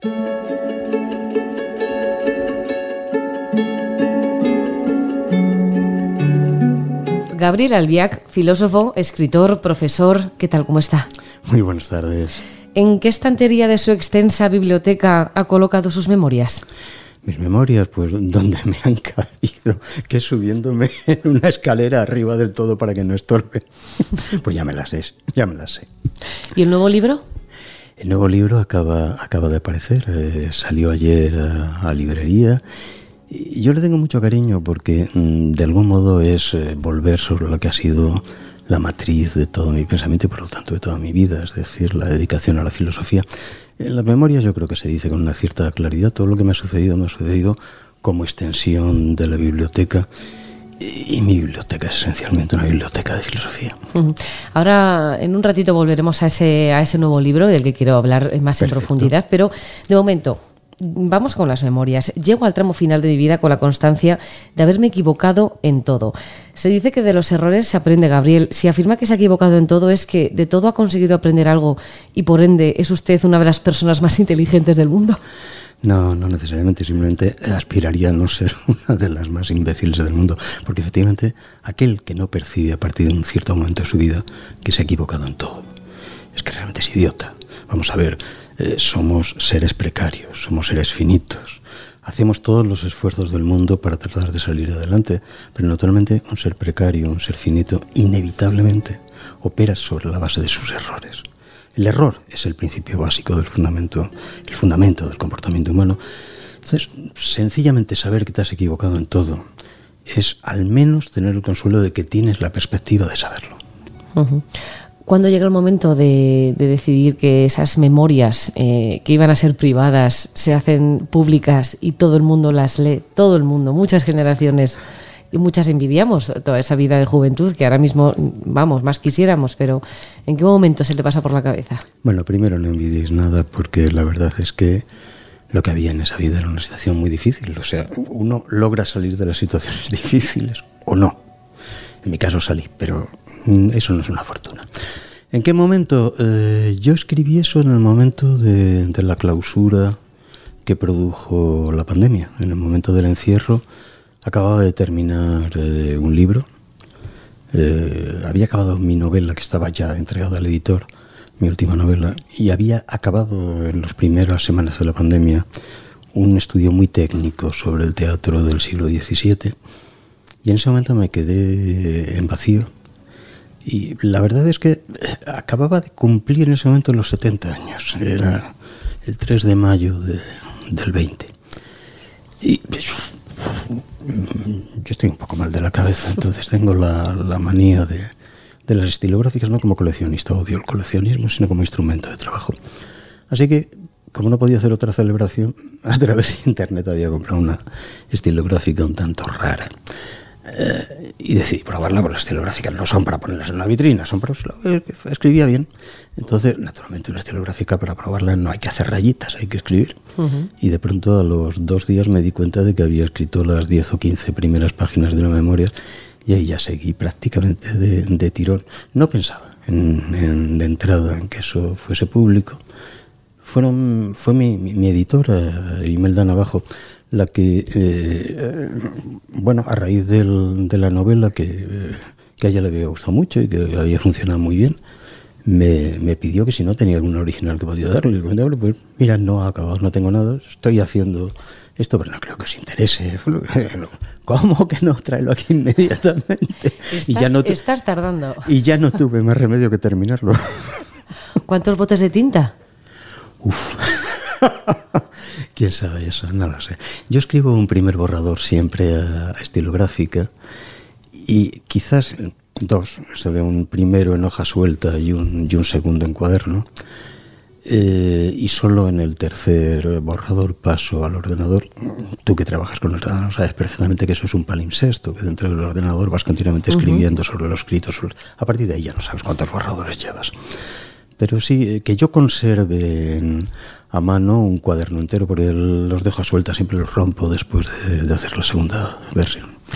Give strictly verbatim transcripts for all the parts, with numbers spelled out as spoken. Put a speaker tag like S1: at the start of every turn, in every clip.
S1: Gabriel Albiach, filósofo, escritor, profesor, ¿qué tal? ¿Cómo está?
S2: Muy buenas tardes.
S1: ¿En qué estantería de su extensa biblioteca ha colocado sus memorias?
S2: Mis memorias, pues, ¿dónde me han caído? Que subiéndome en una escalera arriba del todo para que no estorbe. Pues ya me las sé, ya me las sé.
S1: ¿Y el nuevo libro?
S2: El nuevo libro acaba, acaba de aparecer, eh, salió ayer a, a librería. Y yo le tengo mucho cariño porque mmm, de algún modo es eh, volver sobre lo que ha sido la matriz de todo mi pensamiento y por lo tanto de toda mi vida, es decir, la dedicación a la filosofía. En las memorias yo creo que se dice con una cierta claridad todo lo que me ha sucedido, me ha sucedido como extensión de la biblioteca. Y mi biblioteca es esencialmente una biblioteca de filosofía.
S1: Ahora, en un ratito volveremos a ese, a ese nuevo libro del que quiero hablar más Perfecto. En profundidad, pero de momento, vamos con las memorias. Llego al tramo final de mi vida con la constancia de haberme equivocado en todo. Se dice que de los errores se aprende, Gabriel. Si afirma que se ha equivocado en todo, es que de todo ha conseguido aprender algo y por ende es usted una de las personas más inteligentes del mundo.
S2: No, no necesariamente, simplemente aspiraría a no ser una de las más imbéciles del mundo, porque efectivamente aquel que no percibe a partir de un cierto momento de su vida que se ha equivocado en todo, es que realmente es idiota. Vamos a ver, eh, somos seres precarios, somos seres finitos, hacemos todos los esfuerzos del mundo para tratar de salir adelante, pero naturalmente un ser precario, un ser finito, inevitablemente opera sobre la base de sus errores. El error es el principio básico del fundamento, el fundamento del comportamiento humano. Entonces, sencillamente saber que te has equivocado en todo es al menos tener el consuelo de que tienes la perspectiva de saberlo.
S1: Uh-huh. ¿Cuándo llega el momento de, de decidir que esas memorias eh, que iban a ser privadas se hacen públicas y todo el mundo las lee? Todo el mundo, muchas generaciones. Y muchas envidiamos toda esa vida de juventud que ahora mismo, vamos, más quisiéramos, pero ¿en qué momento se le pasa por la cabeza?
S2: Bueno, primero no envidiéis nada porque la verdad es que lo que había en esa vida era una situación muy difícil. O sea, uno logra salir de las situaciones difíciles o no. En mi caso salí, pero eso no es una fortuna. ¿En qué momento? Eh, yo escribí eso en el momento de, de la clausura que produjo la pandemia, en el momento del encierro. Acababa de terminar eh, un libro, eh, había acabado mi novela que estaba ya entregada al editor, mi última novela, y había acabado en las primeras semanas de la pandemia un estudio muy técnico sobre el teatro del siglo diecisiete, y en ese momento me quedé en vacío. Y la verdad es que acababa de cumplir en ese momento los setenta años, era el tres de mayo de, del veinte. Y yo estoy un poco mal de la cabeza, entonces tengo la, la manía de, de las estilográficas, no como coleccionista, odio el coleccionismo, sino como instrumento de trabajo. Así que, como no podía hacer otra celebración, a través de internet había comprado una estilográfica un tanto rara. Eh, y decidí probarla, porque las estilográficas no son para ponerlas en una vitrina, son para... Eh, escribía bien. Entonces, naturalmente, una estilográfica para probarla no hay que hacer rayitas, hay que escribir. Uh-huh. Y de pronto, a los dos días, me di cuenta de que había escrito las diez o quince primeras páginas de una memoria y ahí ya seguí prácticamente de, de tirón. No pensaba en, en, de entrada en que eso fuese público. Fueron, fue mi, mi, mi editora, Imelda Navajo, la que, eh, bueno, a raíz del, de la novela que, eh, que a ella le había gustado mucho y que había funcionado muy bien, me, me pidió que si no tenía alguna original que podía darle. Y le comenté, pues mira, no ha acabado, no tengo nada, estoy haciendo esto, pero no creo que os interese. ¿Cómo que no? Tráelo aquí inmediatamente.
S1: Estás,
S2: y ya no tu-
S1: estás tardando.
S2: Y ya no tuve más remedio que terminarlo.
S1: ¿Cuántos botes de tinta?
S2: Uf. ¿Quién sabe eso? No lo sé. Yo escribo un primer borrador siempre a, a estilográfica y quizás dos, o sea, de un primero en hoja suelta y un, y un segundo en cuaderno, eh, y solo en el tercer borrador paso al ordenador. Tú que trabajas con el ordenador sabes perfectamente que eso es un palimpsesto, que dentro del ordenador vas continuamente escribiendo uh-huh. sobre lo escrito. Sobre... A partir de ahí ya no sabes cuántos borradores llevas. Pero sí, que yo conserve en, a mano un cuaderno entero, porque los dejo sueltas, siempre los rompo después de, de hacer la segunda versión.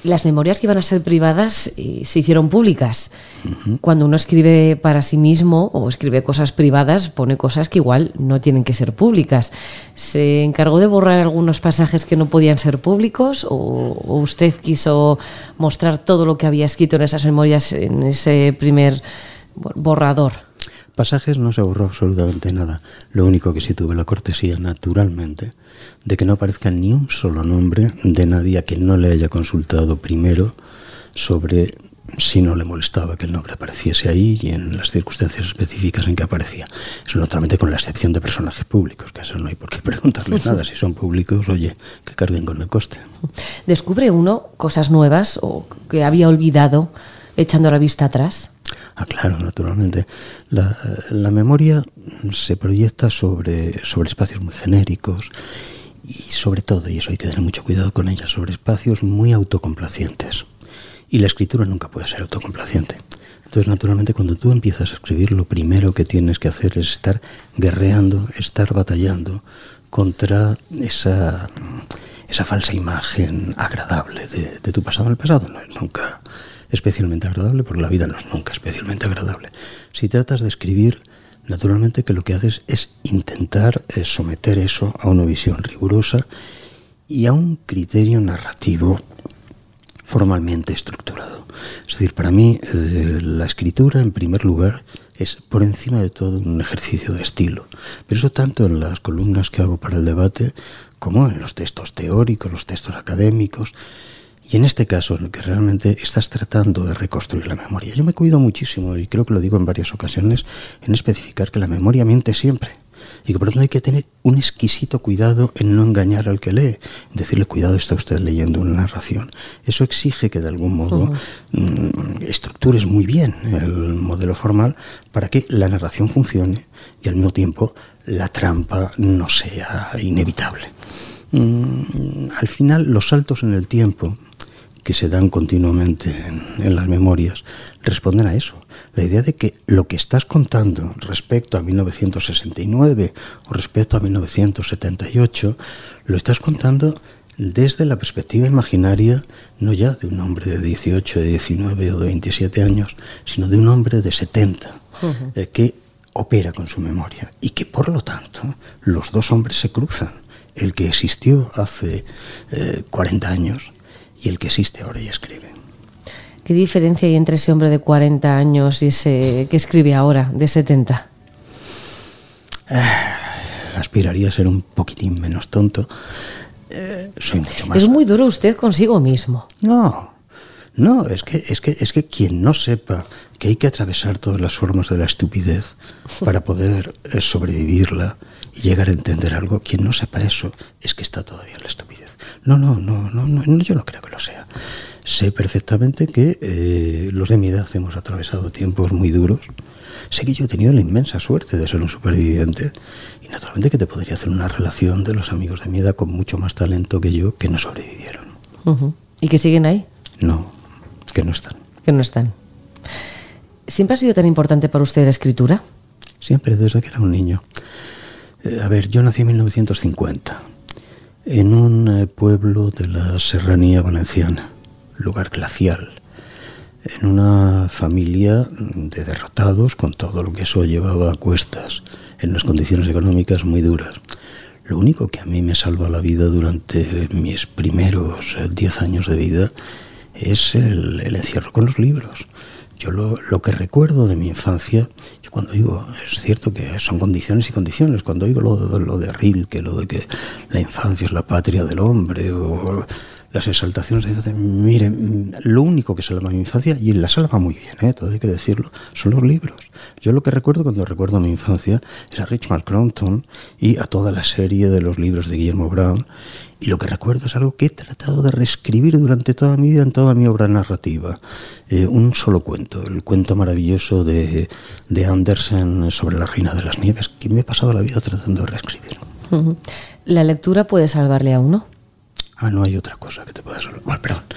S1: las memorias que iban a ser privadas eh, se hicieron públicas. Uh-huh. Cuando uno escribe para sí mismo o escribe cosas privadas, pone cosas que igual no tienen que ser públicas. ¿Se encargó de borrar algunos pasajes que no podían ser públicos o, o usted quiso mostrar todo lo que había escrito en esas memorias en ese primer borrador?
S2: Pasajes no se borró absolutamente nada. Lo único que sí tuve la cortesía, naturalmente, de que no aparezca ni un solo nombre de nadie a quien no le haya consultado primero sobre si no le molestaba que el nombre apareciese ahí y en las circunstancias específicas en que aparecía. Eso naturalmente con la excepción de personajes públicos, que a eso no hay por qué preguntarles nada. Si son públicos, oye, que carguen con el coste.
S1: ¿Descubre uno cosas nuevas o que había olvidado echando la vista atrás?
S2: Ah, claro, naturalmente. La, la memoria se proyecta sobre, sobre espacios muy genéricos y sobre todo, y eso hay que tener mucho cuidado con ella, sobre espacios muy autocomplacientes. Y la escritura nunca puede ser autocomplaciente. Entonces, naturalmente, cuando tú empiezas a escribir, lo primero que tienes que hacer es estar guerreando, estar batallando contra esa, esa falsa imagen agradable de, de tu pasado. El pasado no es nunca especialmente agradable, porque la vida no es nunca especialmente agradable. Si tratas de escribir, naturalmente que lo que haces es intentar eh, someter eso a una visión rigurosa y a un criterio narrativo formalmente estructurado. Es decir, para mí eh, la escritura, en primer lugar, es por encima de todo un ejercicio de estilo. Pero eso tanto en las columnas que hago para el debate como en los textos teóricos, los textos académicos. Y en este caso, en el que realmente estás tratando de reconstruir la memoria. Yo me cuido muchísimo, y creo que lo digo en varias ocasiones, en especificar que la memoria miente siempre. Y que por lo tanto hay que tener un exquisito cuidado en no engañar al que lee. Decirle, cuidado, está usted leyendo una narración. Eso exige que de algún modo uh-huh. mmm, estructures muy bien el modelo formal para que la narración funcione y al mismo tiempo la trampa no sea inevitable. Mm, al final, los saltos en el tiempo que se dan continuamente en, en las memorias responden a eso. La idea de que lo que estás contando respecto a mil novecientos sesenta y nueve o respecto a mil novecientos setenta y ocho, lo estás contando desde la perspectiva imaginaria, no ya de un hombre de dieciocho, de diecinueve o de veintisiete años, sino de un hombre de setenta, uh-huh. eh, que opera con su memoria y que, por lo tanto, los dos hombres se cruzan. El que existió hace eh, cuarenta años y el que existe ahora y escribe.
S1: ¿Qué diferencia hay entre ese hombre de cuarenta años y ese que escribe ahora, de setenta?
S2: Eh, aspiraría a ser un poquitín menos tonto. Eh, soy mucho más...
S1: Es muy duro usted consigo mismo.
S2: No, no, es que, es que, es que quien no sepa que hay que atravesar todas las formas de la estupidez para poder eh, sobrevivirla y llegar a entender algo, quien no sepa eso es que está todavía en la estupidez. No, no, no, no, no, yo no creo que lo sea. Sé perfectamente que eh, los de mi edad hemos atravesado tiempos muy duros. Sé que yo he tenido la inmensa suerte de ser un superviviente y naturalmente que te podría hacer una relación de los amigos de mi edad con mucho más talento que yo que no sobrevivieron.
S1: Uh-huh. ¿Y que siguen ahí?
S2: No, que no están.
S1: Que no están. ¿Siempre ha sido tan importante para usted la escritura?
S2: Siempre, desde que era un niño. Eh, a ver, yo nací en mil novecientos cincuenta en un eh, pueblo de la Serranía Valenciana, lugar glacial, en una familia de derrotados con todo lo que eso llevaba a cuestas, en unas condiciones económicas muy duras. Lo único que a mí me salva la vida durante mis primeros diez años de vida es el, el encierro con los libros. Yo lo, lo que recuerdo de mi infancia, yo cuando digo, es cierto que son condiciones y condiciones, cuando digo lo, lo de Rilke, lo de que la infancia es la patria del hombre, o las exaltaciones de... Miren, lo único que salva mi infancia, y la salva muy bien, ¿eh? Todo hay que decirlo, son los libros. Yo lo que recuerdo cuando recuerdo mi infancia es a Richard Cronton y a toda la serie de los libros de Guillermo Brown, y lo que recuerdo es algo que he tratado de reescribir durante toda mi vida en toda mi obra narrativa. Eh, un solo cuento, el cuento maravilloso de, de Andersen sobre la Reina de las Nieves, que me he pasado la vida tratando de reescribir.
S1: ¿La lectura puede salvarle a uno?
S2: Ah, no hay otra cosa que te pueda salvar. Bueno, perdón.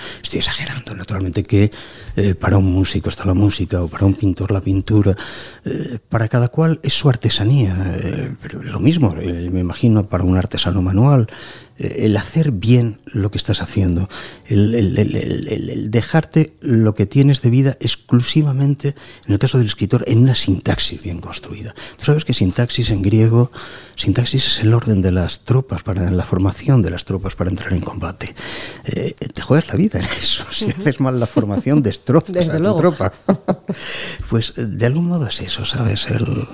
S2: Estoy exagerando, naturalmente, que eh, para un músico está la música o para un pintor la pintura. Eh, para cada cual es su artesanía. Eh, pero es lo mismo, eh, me imagino, para un artesano manual. El hacer bien lo que estás haciendo, el, el, el, el, el dejarte lo que tienes de vida exclusivamente, en el caso del escritor, en una sintaxis bien construida. Tú sabes que sintaxis en griego, sintaxis es el orden de las tropas, para la formación de las tropas para entrar en combate. Eh, te juegas la vida en eso. Si uh-huh. haces mal la formación, destrozas
S1: Desde
S2: a tu
S1: luego.
S2: tropa. Pues de algún modo es eso, ¿sabes? El...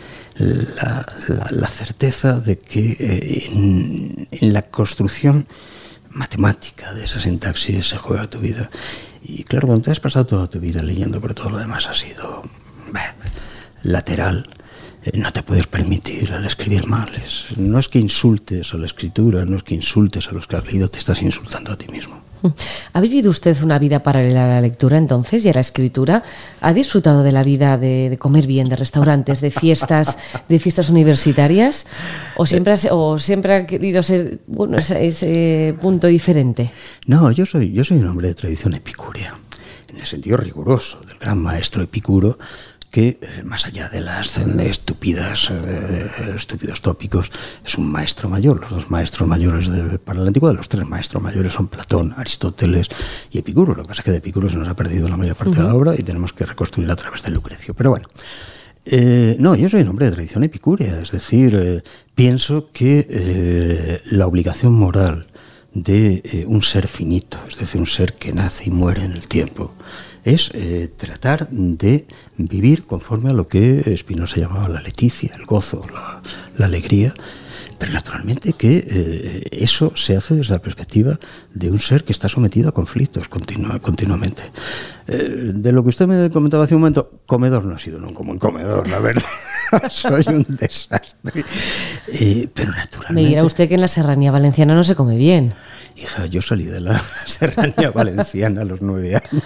S2: La, la, la certeza de que eh, en, en la construcción matemática de esa sintaxis se juega tu vida. Y claro, cuando te has pasado toda tu vida leyendo, pero todo lo demás ha sido bah, lateral, eh, no te puedes permitir al escribir mal. Es, no es que insultes a la escritura, no es que insultes a los que has leído, te estás insultando a ti mismo.
S1: ¿Ha vivido usted una vida paralela a la lectura entonces y a la escritura? ¿Ha disfrutado de la vida de, de comer bien, de restaurantes, de fiestas, de fiestas universitarias? ¿O siempre, ha, o siempre ha querido ser, bueno, ese, ese punto diferente?
S2: No, yo soy, yo soy un hombre de tradición epicúrea, en el sentido riguroso del gran maestro Epicuro, que eh, más allá de las estúpidas, eh, estúpidos tópicos, es un maestro mayor. Los dos maestros mayores de, para la antigüedad, los tres maestros mayores son Platón, Aristóteles y Epicuro. Lo que pasa es que de Epicuro se nos ha perdido la mayor parte uh-huh. de la obra y tenemos que reconstruir a través de Lucrecio. Pero bueno, eh, no, yo soy un hombre de tradición epicúrea, es decir, eh, pienso que eh, la obligación moral de eh, un ser finito, es decir, un ser que nace y muere en el tiempo, es eh, tratar de vivir conforme a lo que Spinoza llamaba la leticia, el gozo, la, la alegría, pero naturalmente que eh, eso se hace desde la perspectiva de un ser que está sometido a conflictos continu- continuamente. Eh, de lo que usted me comentaba hace un momento, comedor no ha sido nunca un comedor, la verdad. Soy un desastre. Eh, pero naturalmente...
S1: Me dirá usted que en la serranía valenciana no se come bien.
S2: Hija, yo salí de la serranía valenciana a los nueve años.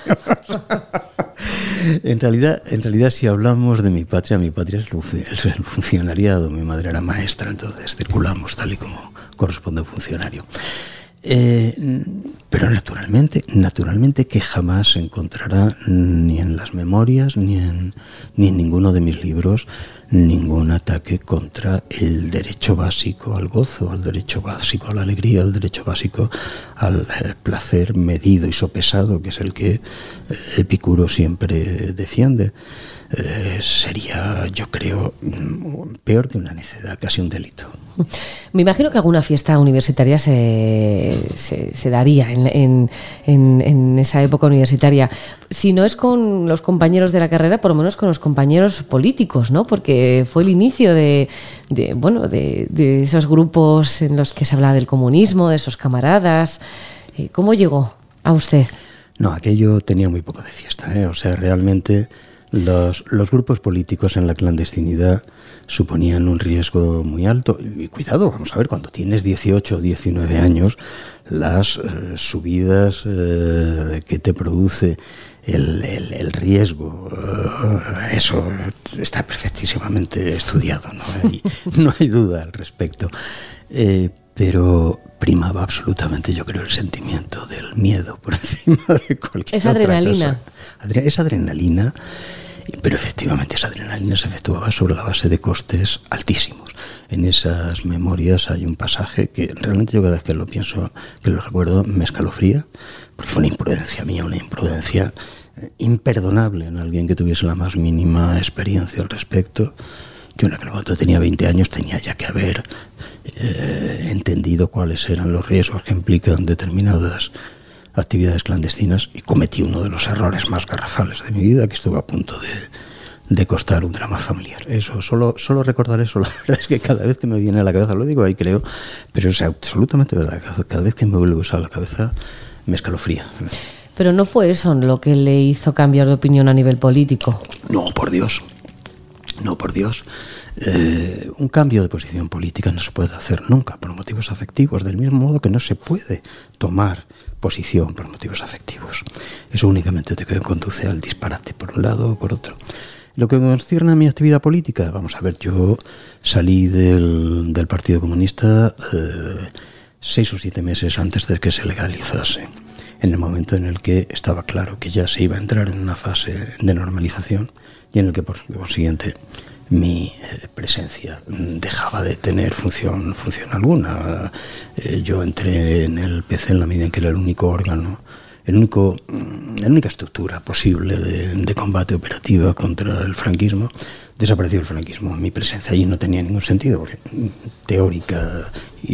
S2: En realidad, en realidad, si hablamos de mi patria, mi patria es el funcionariado. Mi madre era maestra, entonces circulamos tal y como corresponde a un funcionario. Eh, pero naturalmente, naturalmente que jamás se encontrará ni en las memorias ni en, ni en ninguno de mis libros ningún ataque contra el derecho básico al gozo, al derecho básico a la alegría, al derecho básico al eh, placer medido y sopesado, que es el que eh, Epicuro siempre defiende. Eh, sería, yo creo, peor que una necedad, casi un delito.
S1: Me imagino que alguna fiesta universitaria se, se, se daría en, en, en, en esa época universitaria. Si no es con los compañeros de la carrera, por lo menos con los compañeros políticos, ¿no? Porque fue el inicio de, de, bueno, de, de esos grupos en los que se hablaba del comunismo, de esos camaradas. ¿Cómo llegó a usted?
S2: No, aquello tenía muy poco de fiesta, ¿eh? O sea, realmente... Los, los grupos políticos en la clandestinidad suponían un riesgo muy alto. Y cuidado, vamos a ver, cuando tienes dieciocho o diecinueve años, las eh, subidas eh, que te produce el, el, el riesgo, eh, eso está perfectísimamente estudiado, no hay, no hay duda al respecto. Eh, pero primaba absolutamente, yo creo, el sentimiento del miedo por encima de cualquier
S1: esa
S2: otra
S1: adrenalina.
S2: cosa. Esa adrenalina, pero efectivamente esa adrenalina se efectuaba sobre la base de costes altísimos. En esas memorias hay un pasaje que realmente yo cada vez que lo pienso, que lo recuerdo, me escalofría, porque fue una imprudencia mía, una imprudencia imperdonable en alguien que tuviese la más mínima experiencia al respecto. Yo en aquel momento tenía veinte años, tenía ya que haber eh, entendido cuáles eran los riesgos que implican determinadas actividades clandestinas y cometí uno de los errores más garrafales de mi vida, que estuvo a punto de, de costar un drama familiar. Eso, solo, solo recordar eso, la verdad es que cada vez que me viene a la cabeza, lo digo ahí creo, pero es absolutamente verdad, cada vez que me vuelve a la cabeza me escalofría.
S1: Pero no fue eso lo que le hizo cambiar de opinión a nivel político.
S2: No, por Dios. No, por Dios, eh, un cambio de posición política no se puede hacer nunca por motivos afectivos, del mismo modo que no se puede tomar posición por motivos afectivos. Eso únicamente te conduce al disparate, por un lado o por otro. Lo que concierne a mi actividad política, vamos a ver, yo salí del, del Partido Comunista eh, seis o siete meses antes de que se legalizase en el momento en el que estaba claro que ya se iba a entrar en una fase de normalización y en el que, por consiguiente, mi eh, presencia dejaba de tener función, función alguna. Eh, yo entré en el P C en la medida en que era el único órgano, el único, la única estructura posible de, de combate operativo contra el franquismo. Desapareció el franquismo. Mi presencia allí no tenía ningún sentido, porque teórica,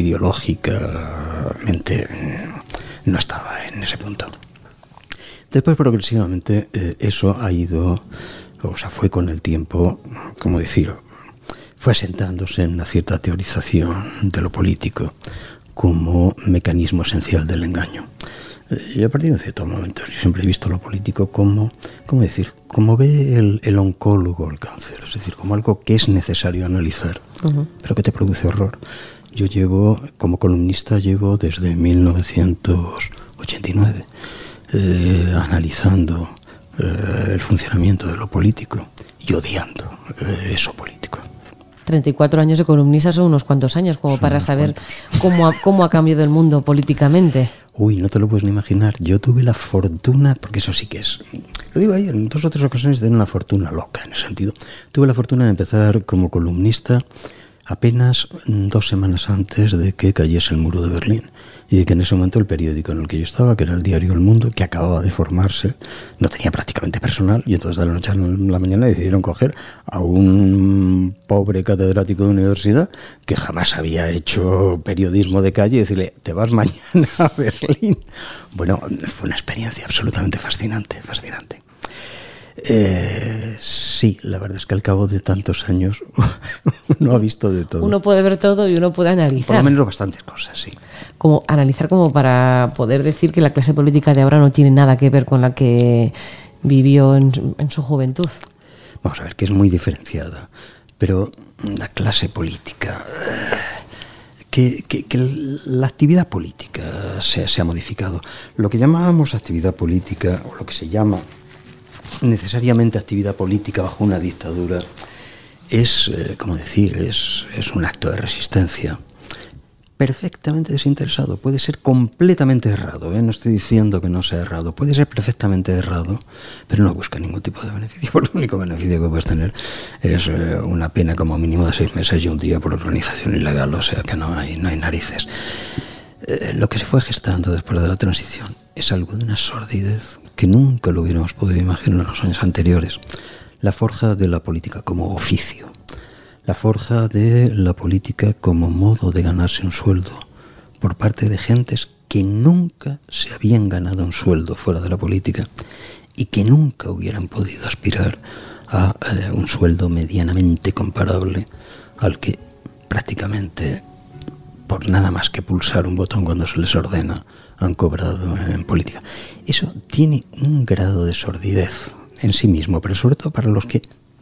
S2: ideológicamente, no estaba en ese punto. Después, progresivamente, eh, eso ha ido, o sea, fue con el tiempo, como decir, fue asentándose en una cierta teorización de lo político como mecanismo esencial del engaño. Y a partir de ciertos momentos yo siempre he visto lo político como, ¿cómo decir? Como ve el, el oncólogo el cáncer, es decir, como algo que es necesario analizar, uh-huh. pero que te produce horror. Yo llevo, como columnista, llevo desde mil novecientos ochenta y nueve eh, analizando eh, el funcionamiento de lo político y odiando eh, eso político.
S1: treinta y cuatro años de columnista son unos cuantos años, como son para saber cómo ha, cómo ha cambiado el mundo políticamente.
S2: Uy, no te lo puedes ni imaginar. Yo tuve la fortuna, porque eso sí que es, lo digo ahí, en dos o tres ocasiones de una fortuna loca en ese sentido. Tuve la fortuna de empezar como columnista apenas dos semanas antes de que cayese el muro de Berlín y de que en ese momento el periódico en el que yo estaba, que era el diario El Mundo, que acababa de formarse, no tenía prácticamente personal, y entonces de la noche a la mañana decidieron coger a un pobre catedrático de universidad que jamás había hecho periodismo de calle y decirle, te vas mañana a Berlín. Bueno, fue una experiencia absolutamente fascinante, fascinante. Eh, sí, la verdad es que al cabo de tantos años uno ha visto de todo.
S1: Uno puede ver todo y uno puede analizar.
S2: Por lo menos bastantes cosas, sí.
S1: Como analizar como para poder decir que la clase política de ahora no tiene nada que ver con la que vivió en, en su juventud.
S2: Vamos a ver, que es muy diferenciada, pero la clase política, que, que, que la actividad política se, se ha modificado. Lo que llamábamos actividad política, o lo que se llama necesariamente actividad política bajo una dictadura, es, eh, como decir, es, es un acto de resistencia perfectamente desinteresado. Puede ser completamente errado, ¿eh? No estoy diciendo que no sea errado, puede ser perfectamente errado, pero no busca ningún tipo de beneficio. El único beneficio que puedes tener es eh, una pena como mínimo de seis meses y un día por organización ilegal, o sea que no hay, no hay narices. Eh, lo que se fue gestando después de la transición es algo de una sordidez que nunca lo hubiéramos podido imaginar en los años anteriores. La forja de la política como oficio, la forja de la política como modo de ganarse un sueldo por parte de gentes que nunca se habían ganado un sueldo fuera de la política y que nunca hubieran podido aspirar a eh, un sueldo medianamente comparable al que prácticamente, por nada más que pulsar un botón cuando se les ordena, han cobrado en política. Eso tiene un grado de sordidez en sí mismo, pero sobre todo para los que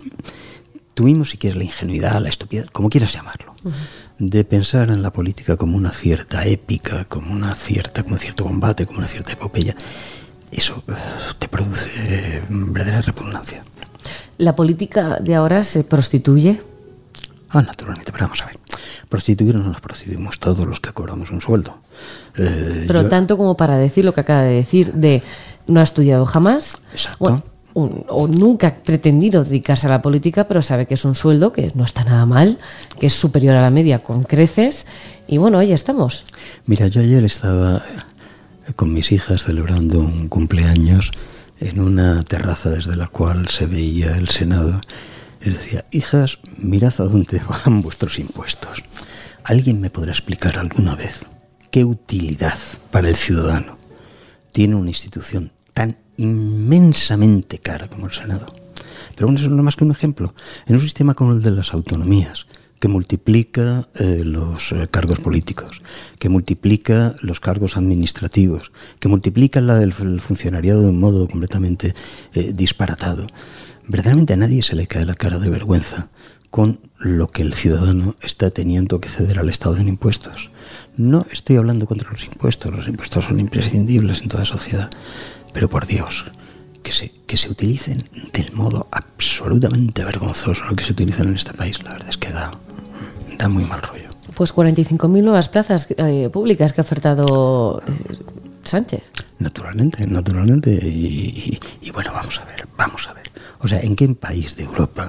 S2: tuvimos, si quieres, la ingenuidad, la estupidez, como quieras llamarlo, uh-huh. de pensar en la política como una cierta épica, como una cierta, como un cierto combate, como una cierta epopeya. Eso uh, te produce verdadera repugnancia.
S1: ¿La política de ahora se prostituye?
S2: Ah, naturalmente, pero vamos a ver. Prostituirnos nos prostituimos todos los que cobramos un sueldo. Eh,
S1: pero
S2: yo...
S1: tanto como para decir lo que acaba de decir, de no ha estudiado jamás.
S2: Exacto.
S1: O, un, o nunca ha pretendido dedicarse a la política, pero sabe que es un sueldo que no está nada mal, que es superior a la media con creces, y bueno, ahí estamos.
S2: Mira, yo ayer estaba con mis hijas celebrando un cumpleaños en una terraza desde la cual se veía el Senado. Les decía, hijas, mirad a dónde van vuestros impuestos. ¿Alguien me podrá explicar alguna vez qué utilidad para el ciudadano tiene una institución tan inmensamente cara como el Senado? Pero bueno, eso no es más que un ejemplo. En un sistema como el de las autonomías, que multiplica eh, los eh, cargos políticos, que multiplica los cargos administrativos, que multiplica la del el funcionariado de un modo completamente eh, disparatado, verdaderamente a nadie se le cae la cara de vergüenza con lo que el ciudadano está teniendo que ceder al Estado en impuestos. No estoy hablando contra los impuestos, los impuestos son imprescindibles en toda sociedad, pero por Dios, que se, que se utilicen del modo absolutamente vergonzoso lo que se utilizan en este país, la verdad es que da, da muy mal rollo.
S1: Pues cuarenta y cinco mil nuevas plazas eh, públicas que ha ofertado eh, Sánchez.
S2: Naturalmente, naturalmente. Y, y, y bueno, vamos a ver, vamos a ver. O sea, ¿en qué país de Europa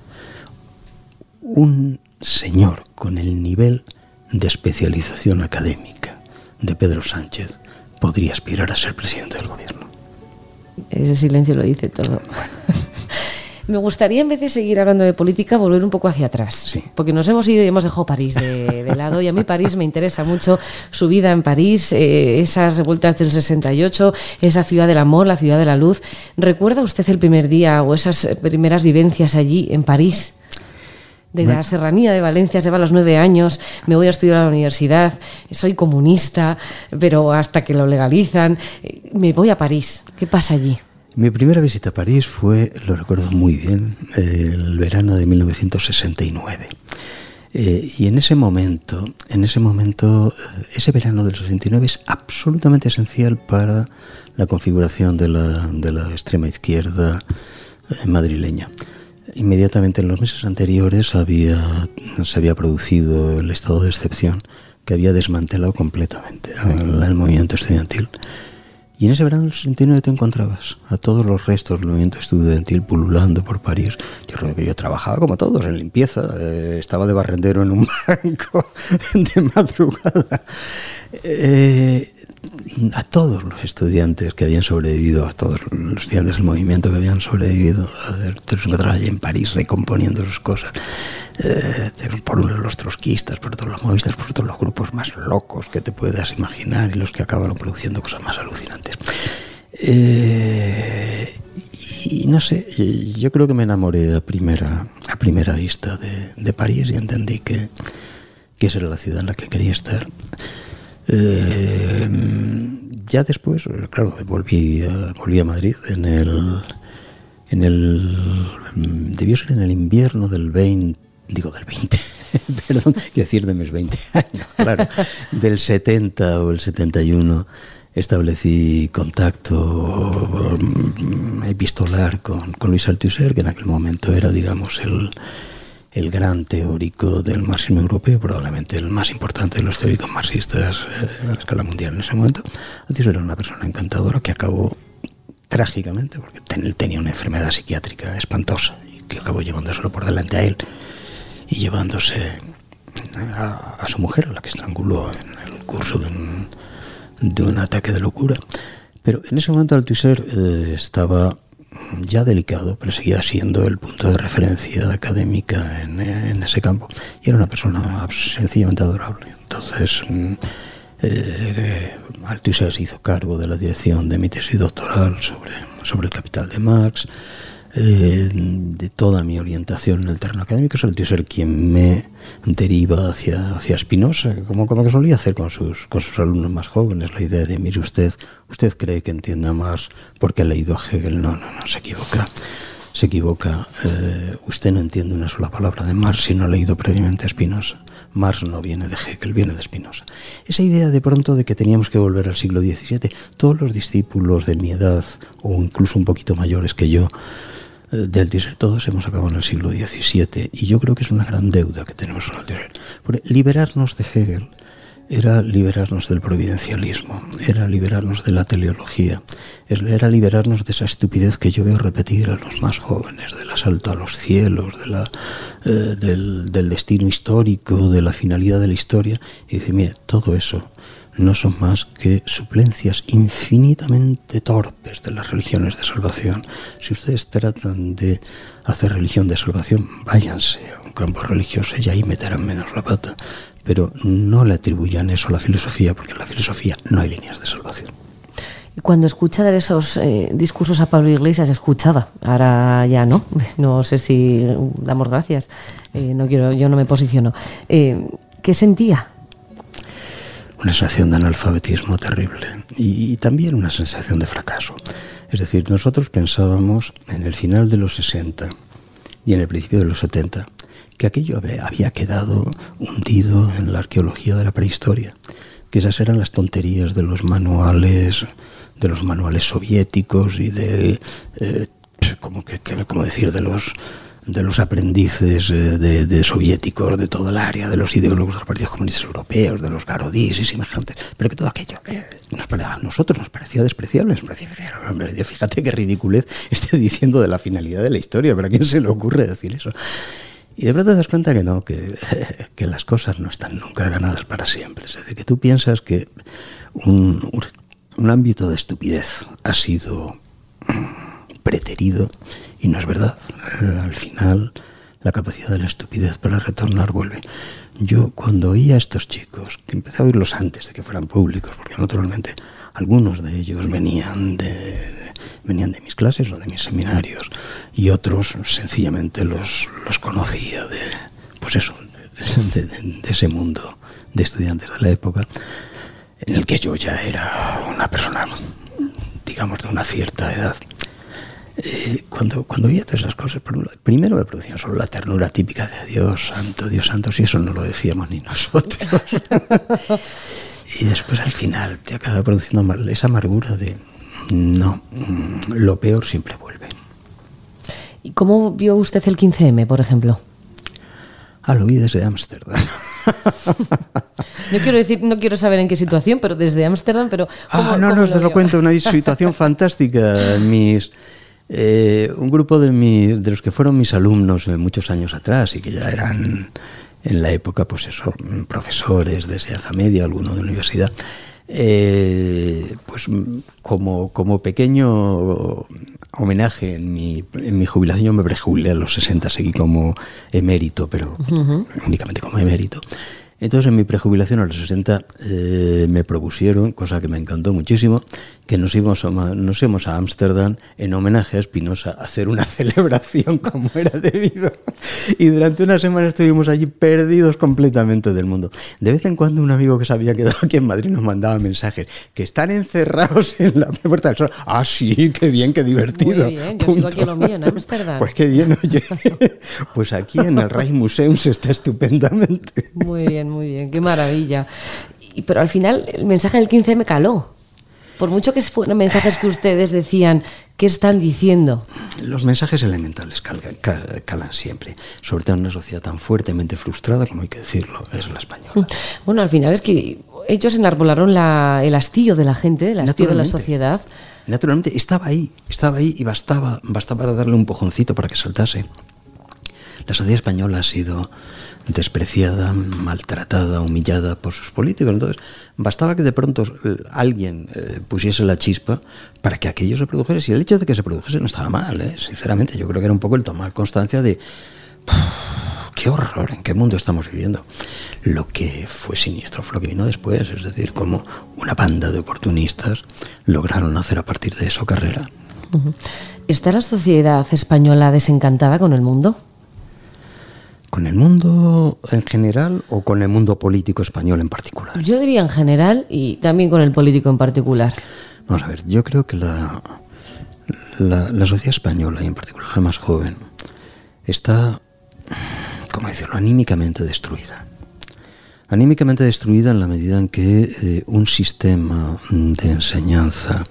S2: un señor con el nivel de especialización académica de Pedro Sánchez podría aspirar a ser presidente del gobierno?
S1: Ese silencio lo dice todo. Me gustaría, en vez de seguir hablando de política, volver un poco hacia atrás.
S2: Sí.
S1: Porque nos hemos ido y hemos dejado París de, de lado. Y a mí París me interesa mucho, su vida en París, eh, esas vueltas del sesenta y ocho, esa ciudad del amor, la ciudad de la luz. ¿Recuerda usted el primer día o esas primeras vivencias allí en París? De la serranía de Valencia, se va a los nueve años, me voy a estudiar a la universidad, soy comunista, pero hasta que lo legalizan, me voy a París. ¿Qué pasa allí?
S2: Mi primera visita a París fue, lo recuerdo muy bien, el verano de mil novecientos sesenta y nueve. Eh, y en ese momento, en ese momento, ese verano del sesenta y nueve es absolutamente esencial para la configuración de la, de la extrema izquierda eh, madrileña. Inmediatamente en los meses anteriores había, se había producido el estado de excepción que había desmantelado completamente el, el movimiento estudiantil. Y en ese verano del sesenta y nueve te encontrabas a todos los restos del movimiento estudiantil pululando por París. Yo creo que yo trabajaba como todos en limpieza, eh, estaba de barrendero en un banco de madrugada. Eh, a todos los estudiantes que habían sobrevivido, a todos los estudiantes del movimiento que habían sobrevivido, a ver, te los encontrabas allí en París recomponiendo sus cosas. Eh, por un lado los trotskistas, por otro los maoístas, por otro los grupos más locos que te puedas imaginar y los que acabaron produciendo cosas más alucinantes. Eh, y no sé, yo creo que me enamoré a primera, a primera vista de, de París y entendí que, que esa era la ciudad en la que quería estar. Eh, ya después, claro, volví a, volví a Madrid en el, en el, debió ser en el invierno del veinte, digo del veinte, perdón, quiero decir de mis veinte años, claro, del setenta o el setenta y uno. Establecí contacto epistolar con, con Luis Althusser, que en aquel momento era, digamos, el, el gran teórico del marxismo europeo, probablemente el más importante de los teóricos marxistas a la escala mundial en ese momento. Althusser era una persona encantadora que acabó trágicamente, porque él tenía una enfermedad psiquiátrica espantosa, y que acabó llevándoselo por delante a él y llevándose a, a su mujer, a la que estranguló en el curso de un, de un ataque de locura. Pero en ese momento Althusser eh, estaba ya delicado, pero seguía siendo el punto de referencia académica en, en ese campo, y era una persona sencillamente adorable. Entonces eh, Althusser se hizo cargo de la dirección de mi tesis doctoral sobre, sobre el Capital de Marx, eh, de toda mi orientación en el terreno académico. Es Althusser quien me deriva hacia, hacia Spinoza, como, como que solía hacer con sus, con sus alumnos más jóvenes, la idea de, mire usted, usted cree que entienda más porque ha leído a Hegel. No, no, no, se equivoca, se equivoca. Eh, usted no entiende una sola palabra de Marx si no ha leído previamente a Spinoza. Marx no viene de Hegel, viene de Spinoza. Esa idea de pronto de que teníamos que volver al siglo diecisiete, todos los discípulos de mi edad, o incluso un poquito mayores que yo, de Althusser, todos hemos acabado en el siglo diecisiete, y yo creo que es una gran deuda que tenemos con Althusser. Porque liberarnos de Hegel era liberarnos del providencialismo, era liberarnos de la teleología, era liberarnos de esa estupidez que yo veo repetir a los más jóvenes, del asalto a los cielos, de la, eh, del, del destino histórico, de la finalidad de la historia, y decir, mire, todo eso no son más que suplencias infinitamente torpes de las religiones de salvación. Si ustedes tratan de hacer religión de salvación, váyanse a un campo religioso y ahí meterán menos la pata, pero no le atribuyan eso a la filosofía, porque en la filosofía no hay líneas de salvación.
S1: Y cuando escucha de esos eh, discursos a Pablo Iglesias, escuchaba, ahora ya no, no sé si damos gracias, eh, no quiero, yo no me posiciono. Eh, ¿Qué sentía?
S2: Una sensación de analfabetismo terrible y, y también una sensación de fracaso. Es decir, nosotros pensábamos en el final de los sesenta y en el principio de los setenta que aquello había, había quedado hundido en la arqueología de la prehistoria, que esas eran las tonterías de los manuales, de los manuales soviéticos y de, eh, como, que, como decir, de los de los aprendices eh, de, de soviéticos de todo el área, de los ideólogos de los partidos comunistas europeos, de los garodís y semejantes, pero que todo aquello eh, nos parecía, a nosotros nos parecía despreciable, nos parecía, fíjate qué ridiculez esté diciendo de la finalidad de la historia, pero ¿a quién se le ocurre decir eso? Y de pronto te das cuenta que no, que, que las cosas no están nunca ganadas para siempre. Es decir, que tú piensas que un, un, un ámbito de estupidez ha sido preterido y no es verdad. Al final, la capacidad de la estupidez para retornar vuelve. Yo, cuando oía a estos chicos, que empecé a oírlos antes de que fueran públicos, porque naturalmente algunos de ellos venían de, de, venían de mis clases o de mis seminarios, y otros sencillamente los, los conocía de, pues eso, de, de, de, de ese mundo de estudiantes de la época, en el que yo ya era una persona, digamos, de una cierta edad. Eh, cuando, cuando oía todas esas cosas, primero me producían solo la ternura típica de Dios santo, Dios santo, si eso no lo decíamos ni nosotros. Y después al final te acaba produciendo esa amargura de no, lo peor siempre vuelve.
S1: ¿Y cómo vio usted el quince eme, por ejemplo?
S2: Ah, lo vi desde Ámsterdam.
S1: No quiero decir, no quiero saber en qué situación, pero desde Ámsterdam, pero ¿cómo,
S2: Ah, no,
S1: cómo
S2: no, os lo, lo cuento, una situación fantástica. Mis eh, un grupo de mis, de los que fueron mis alumnos eh, muchos años atrás y que ya eran en la época, pues eso, profesores de enseñanza media, algunos de universidad, eh, pues como, como pequeño homenaje en mi, en mi jubilación, yo me prejubilé a los sesenta, seguí como emérito, pero uh-huh. únicamente como emérito. Entonces, en mi prejubilación a los sesenta eh, me propusieron, cosa que me encantó muchísimo, que nos íbamos a, nos íbamos a Ámsterdam en homenaje a Spinoza a hacer una celebración como era debido. Y durante una semana estuvimos allí perdidos completamente del mundo. De vez en cuando un amigo que se había quedado aquí en Madrid nos mandaba mensajes que están encerrados en la Puerta del Sol. Ah, sí, qué bien, qué divertido.
S1: Muy bien, yo Punto. Sigo aquí en lo mío, en Ámsterdam.
S2: Pues qué bien, oye. Pues aquí en el Rijksmuseum se está estupendamente.
S1: Muy bien, muy bien, qué maravilla. Y, pero al final el mensaje del quince me caló. Por mucho que fueran mensajes que ustedes decían, ¿qué están diciendo?
S2: Los mensajes elementales calan, calan siempre, sobre todo en una sociedad tan fuertemente frustrada, como hay que decirlo, es la española.
S1: Bueno, al final es que ellos enarbolaron la, el hastío de la gente, el hastío de la sociedad.
S2: Naturalmente, estaba ahí, estaba ahí y bastaba, bastaba para darle un empujoncito para que saltase. La sociedad española ha sido despreciada, maltratada, humillada por sus políticos. Entonces, bastaba que de pronto eh, alguien eh, pusiese la chispa para que aquello se produjese. Y el hecho de que se produjese no estaba mal, ¿eh? Sinceramente. Yo creo que era un poco el tomar constancia de qué horror, en qué mundo estamos viviendo. Lo que fue siniestro fue lo que vino después, es decir, como una banda de oportunistas lograron hacer a partir de eso carrera.
S1: ¿Está la sociedad española desencantada con el mundo?
S2: ¿Con el mundo en general o con el mundo político español en particular?
S1: Yo diría en general y también con el político en particular.
S2: Vamos a ver, yo creo que la, la, la sociedad española, y en particular la más joven, está, ¿cómo decirlo?, anímicamente destruida. Anímicamente destruida en la medida en que eh, un sistema de enseñanza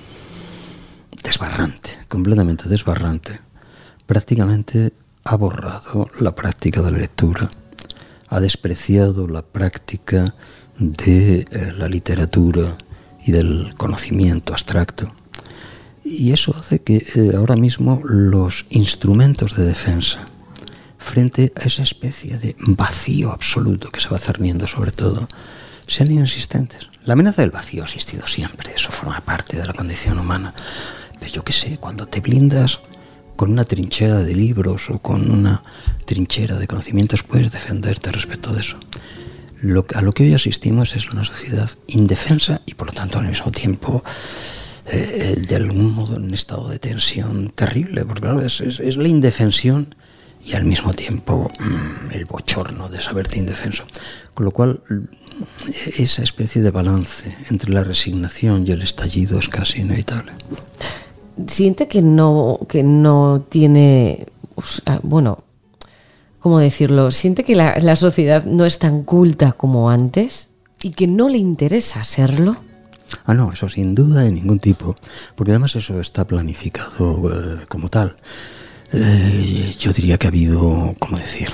S2: desbarrante, completamente desbarrante, prácticamente ha borrado la práctica de la lectura, ha despreciado la práctica de eh, la literatura y del conocimiento abstracto. Y eso hace que eh, ahora mismo los instrumentos de defensa frente a esa especie de vacío absoluto que se va cerniendo sobre todo, sean inexistentes. La amenaza del vacío ha existido siempre, eso forma parte de la condición humana. Pero yo qué sé, cuando te blindas con una trinchera de libros o con una trinchera de conocimientos, puedes defenderte respecto de eso. Lo, a lo que hoy asistimos es una sociedad indefensa y por lo tanto al mismo tiempo eh, de algún modo en un estado de tensión terrible, porque claro, es, es, es la indefensión y al mismo tiempo mmm, el bochorno de saberte indefenso. Con lo cual esa especie de balance entre la resignación y el estallido es casi inevitable.
S1: ¿Siente que no, que no tiene, bueno, ¿cómo decirlo? ¿Siente que la, la sociedad no es tan culta como antes y que no le interesa serlo?
S2: Ah, no, eso sin duda de ningún tipo, porque además eso está planificado eh, como tal. Eh, yo diría que ha habido, ¿cómo decir?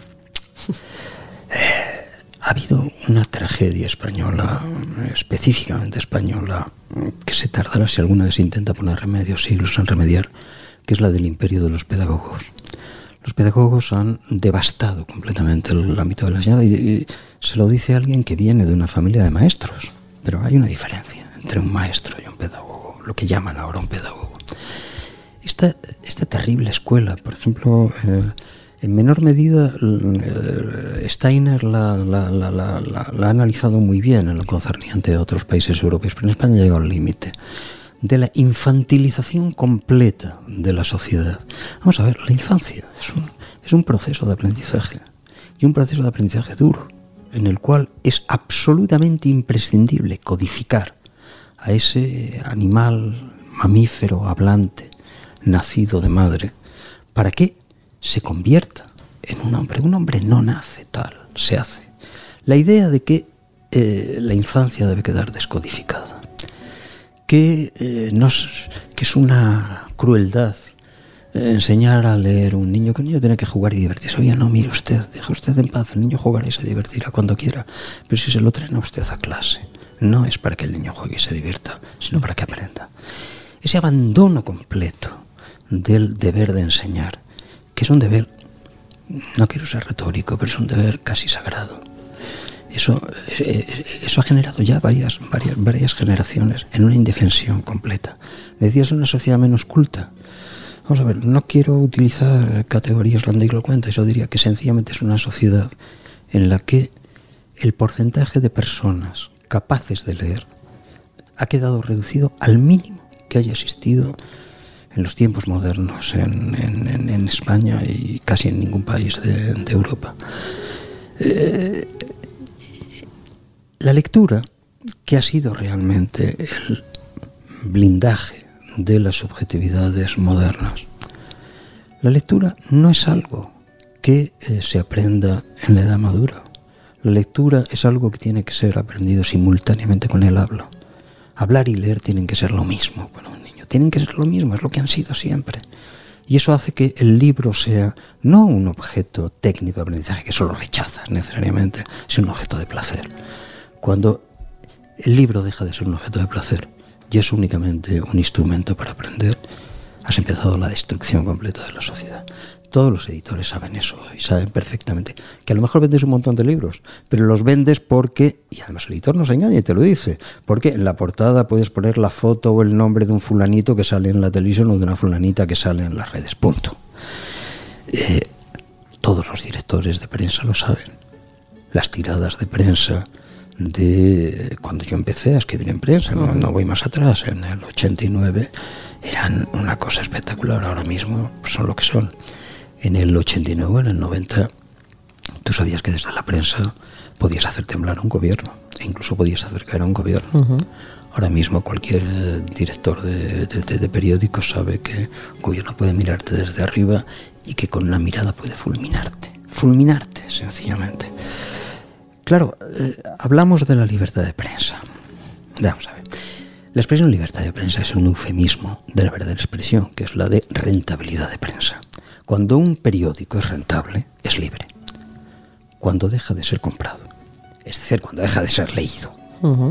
S2: Eh, ha habido una tragedia española, específicamente española, que se tardará, si alguna vez intenta poner remedio, siglos en remediar, que es la del imperio de los pedagogos. Los pedagogos han devastado completamente el ámbito de la enseñanza, y, y se lo dice alguien que viene de una familia de maestros, pero hay una diferencia entre un maestro y un pedagogo, lo que llaman ahora un pedagogo. Esta, esta terrible escuela, por ejemplo, eh, en menor medida eh, Steiner la, la, la, la, la, la ha analizado muy bien en lo concerniente a otros países europeos, pero en España ha llegado al límite de la infantilización completa de la sociedad. Vamos a ver, la infancia es un, es un proceso de aprendizaje, y un proceso de aprendizaje duro, en el cual es absolutamente imprescindible codificar a ese animal mamífero hablante, nacido de madre, para que se convierta en un hombre. Un hombre no nace tal, se hace. La idea de que eh, la infancia debe quedar descodificada, que, eh, no es, que es una crueldad eh, enseñar a leer a un niño, que un niño tiene que jugar y divertirse. Oye, no, mire usted, deje usted en paz, el niño jugará y se divertirá cuando quiera, pero si se lo traen a usted a clase, no es para que el niño juegue y se divierta, sino para que aprenda. Ese abandono completo del deber de enseñar, que es un deber, no quiero ser retórico, pero es un deber casi sagrado. Eso, eso ha generado ya varias, varias, varias generaciones en una indefensión completa. Me decías, una sociedad menos culta. Vamos a ver, no quiero utilizar categorías grandilocuentes, yo diría que sencillamente es una sociedad en la que el porcentaje de personas capaces de leer ha quedado reducido al mínimo que haya existido en los tiempos modernos en, en, en España y casi en ningún país de, de Europa. Eh, la lectura, que ha sido realmente el blindaje de las subjetividades modernas, la lectura no es algo que eh, se aprenda en la edad madura. La lectura es algo que tiene que ser aprendido simultáneamente con el habla. Hablar y leer tienen que ser lo mismo para un niño, tienen que ser lo mismo, es lo que han sido siempre. Y eso hace que el libro sea no un objeto técnico de aprendizaje, que eso lo rechazas necesariamente, sino un objeto de placer. Cuando el libro deja de ser un objeto de placer y es únicamente un instrumento para aprender, has empezado la destrucción completa de la sociedad. Todos los editores saben eso y saben perfectamente que a lo mejor vendes un montón de libros, pero los vendes porque, y además el editor no se engaña y te lo dice, porque en la portada puedes poner la foto o el nombre de un fulanito que sale en la televisión o de una fulanita que sale en las redes, punto. Eh, todos los directores de prensa lo saben. Las tiradas de prensa de cuando yo empecé a escribir en prensa, no, no voy más atrás, en el ochenta y nueve, eran una cosa espectacular. Ahora mismo son lo que son. En el ochenta y nueve, en el noventa, tú sabías que desde la prensa podías hacer temblar a un gobierno, e incluso podías hacer caer a un gobierno. Uh-huh. Ahora mismo cualquier eh, director de, de, de, de periódicos sabe que un gobierno puede mirarte desde arriba y que con una mirada puede fulminarte, fulminarte sencillamente. Claro, eh, hablamos de la libertad de prensa. Vamos a ver. La expresión libertad de prensa es un eufemismo de la verdadera expresión, que es la de rentabilidad de prensa. Cuando un periódico es rentable, es libre. Cuando deja de ser comprado, es decir, cuando deja de ser leído, uh-huh.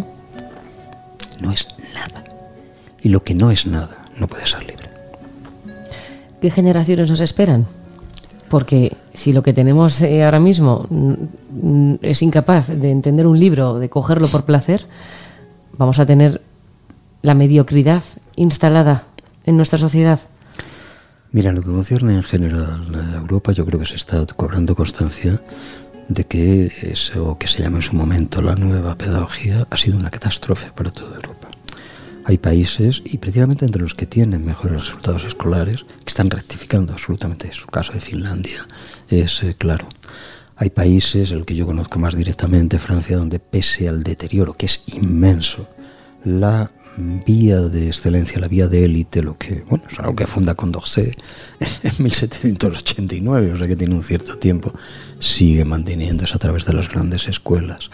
S2: no es nada. Y lo que no es nada no puede ser libre.
S1: ¿Qué generaciones nos esperan? Porque si lo que tenemos eh, ahora mismo mm, es incapaz de entender un libro, de cogerlo por placer, vamos a tener la mediocridad instalada en nuestra sociedad.
S2: Mira, lo que concierne en general a Europa, yo creo que se está cobrando constancia de que eso que se llama en su momento la nueva pedagogía ha sido una catástrofe para toda Europa. Hay países, y precisamente entre los que tienen mejores resultados escolares, que están rectificando absolutamente. Su caso de Finlandia es eh, claro. Hay países, el que yo conozco más directamente, Francia, donde pese al deterioro, que es inmenso, la vía de excelencia, la vía de élite, lo que, bueno, es algo que funda Condorcet en mil setecientos ochenta y nueve, o sea que tiene un cierto tiempo, sigue manteniéndose a través de las grandes escuelas.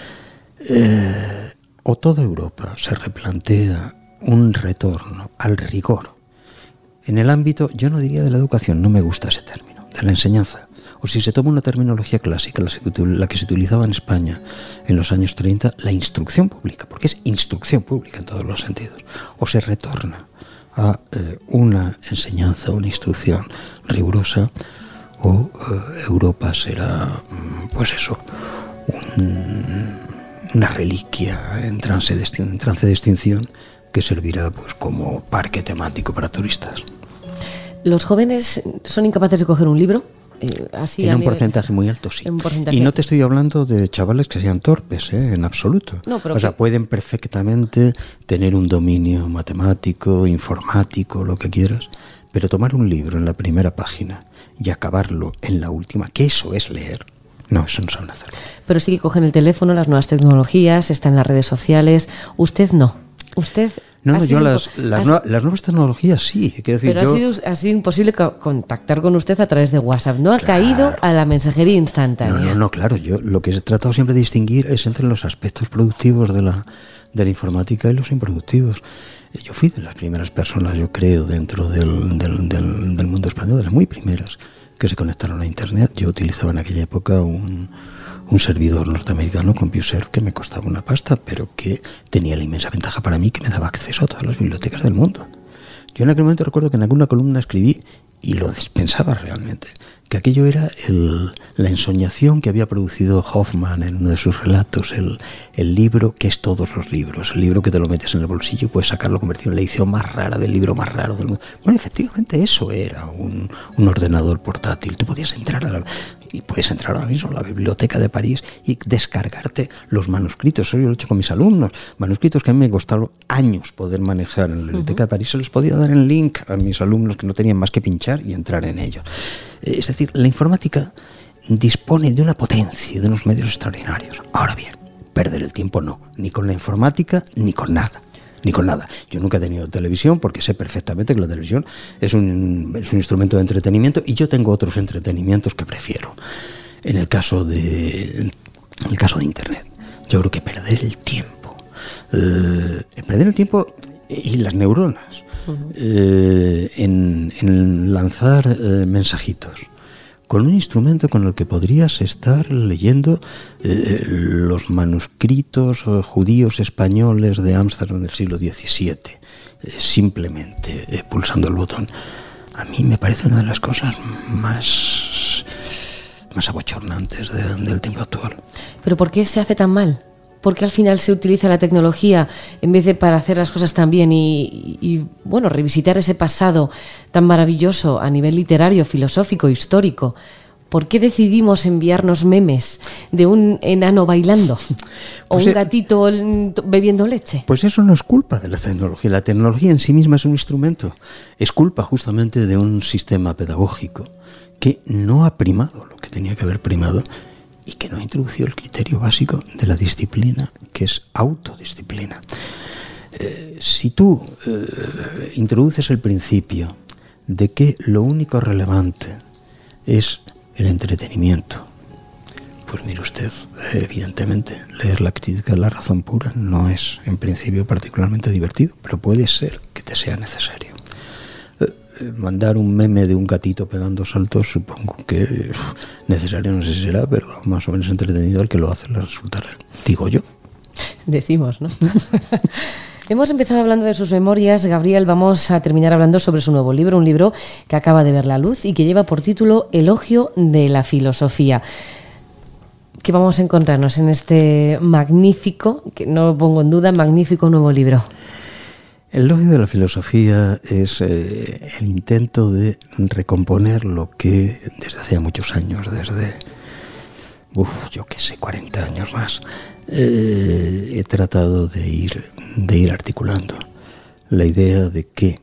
S2: Eh, o toda Europa se replantea un retorno al rigor en el ámbito, yo no diría de la educación, no me gusta ese término, de la enseñanza. O si se toma una terminología clásica, la que se utilizaba en España en los años treinta, la instrucción pública, porque es instrucción pública en todos los sentidos, o se retorna a eh, una enseñanza, una instrucción rigurosa, o eh, Europa será, pues eso, un, una reliquia en trance, de, en trance de extinción que servirá pues como parque temático para turistas.
S1: ¿Los jóvenes son incapaces de coger un libro? Eh, así
S2: en un
S1: nivel,
S2: porcentaje muy alto, sí.
S1: Porcentaje.
S2: Y no te estoy hablando de chavales que sean torpes, ¿eh? En absoluto.
S1: No, pero
S2: o sea,
S1: que...
S2: pueden perfectamente tener un dominio matemático, informático, lo que quieras, pero tomar un libro en la primera página y acabarlo en la última, que eso es leer, no, eso no saben hacer.
S1: Pero sí que cogen el teléfono, las nuevas tecnologías, están en las redes sociales. Usted no. Usted...
S2: No, no, yo
S1: impo-
S2: las, las,
S1: ha,
S2: no, las nuevas tecnologías sí. Quiero decir,
S1: pero
S2: yo,
S1: ha, sido, ha sido imposible co- contactar con usted a través de WhatsApp. No ha
S2: claro,
S1: caído a la mensajería instantánea.
S2: No, no, no, claro. Yo lo que he tratado siempre de distinguir es entre los aspectos productivos de la, de la informática y los improductivos. Yo fui de las primeras personas, yo creo, dentro del, del, del, del mundo español, de las muy primeras, que se conectaron a Internet. Yo utilizaba en aquella época un... un servidor norteamericano, CompuServe, que me costaba una pasta, pero que tenía la inmensa ventaja para mí que me daba acceso a todas las bibliotecas del mundo. Yo en aquel momento recuerdo que en alguna columna escribí, y lo dispensaba realmente, que aquello era el, la ensoñación que había producido Hoffman en uno de sus relatos, el, el libro que es todos los libros, el libro que te lo metes en el bolsillo y puedes sacarlo convertido en la edición más rara del libro más raro del mundo. Bueno, efectivamente eso era un, un ordenador portátil. Tú podías entrar a la, y puedes entrar ahora mismo a la biblioteca de París y descargarte los manuscritos. Eso yo lo he hecho con mis alumnos, manuscritos que a mí me costaron años poder manejar en la biblioteca uh-huh. de París. Se les podía dar el link a mis alumnos que no tenían más que pinchar y entrar en ellos. Es decir, la informática dispone de una potencia, de unos medios extraordinarios. Ahora bien, perder el tiempo no, ni con la informática ni con nada. Ni con nada. Yo nunca he tenido televisión porque sé perfectamente que la televisión es un, es un instrumento de entretenimiento y yo tengo otros entretenimientos que prefiero. En el caso de, en el caso de Internet, yo creo que perder el tiempo, eh, perder el tiempo y las neuronas uh-huh. eh, en, en lanzar eh, mensajitos con un instrumento con el que podrías estar leyendo eh, los manuscritos eh, judíos españoles de Ámsterdam del siglo diecisiete, eh, simplemente eh, pulsando el botón. A mí me parece una de las cosas más, más abochornantes de, del tiempo actual.
S1: ¿Pero por qué se hace tan mal? ¿Por qué al final se utiliza la tecnología en vez de para hacer las cosas tan bien y, y, y bueno, revisitar ese pasado tan maravilloso a nivel literario, filosófico, histórico? ¿Por qué decidimos enviarnos memes de un enano bailando o pues un gatito bebiendo leche?
S2: Pues eso no es culpa de la tecnología. La tecnología en sí misma es un instrumento. Es culpa justamente de un sistema pedagógico que no ha primado lo que tenía que haber primado y que no ha introducido el criterio básico de la disciplina, que es autodisciplina. Eh, si tú eh, introduces el principio de que lo único relevante es el entretenimiento, pues mire usted, evidentemente, leer la crítica de la razón pura no es, en principio, particularmente divertido, pero puede ser que te sea necesario. Mandar un meme de un gatito pegando saltos, supongo que necesario no sé si será, pero más o menos entretenido al que lo hace le resultará, digo yo.
S1: Decimos, ¿no? Hemos empezado hablando de sus memorias, Gabriel, vamos a terminar hablando sobre su nuevo libro, un libro que acaba de ver la luz y que lleva por título Elogio de la filosofía. ¿Qué vamos a encontrarnos en este magnífico, que no pongo en duda, magnífico nuevo libro?
S2: El elogio de la filosofía es eh, el intento de recomponer lo que desde hace muchos años, desde, uf, yo qué sé, cuarenta años más, eh, he tratado de ir, de ir articulando la idea de que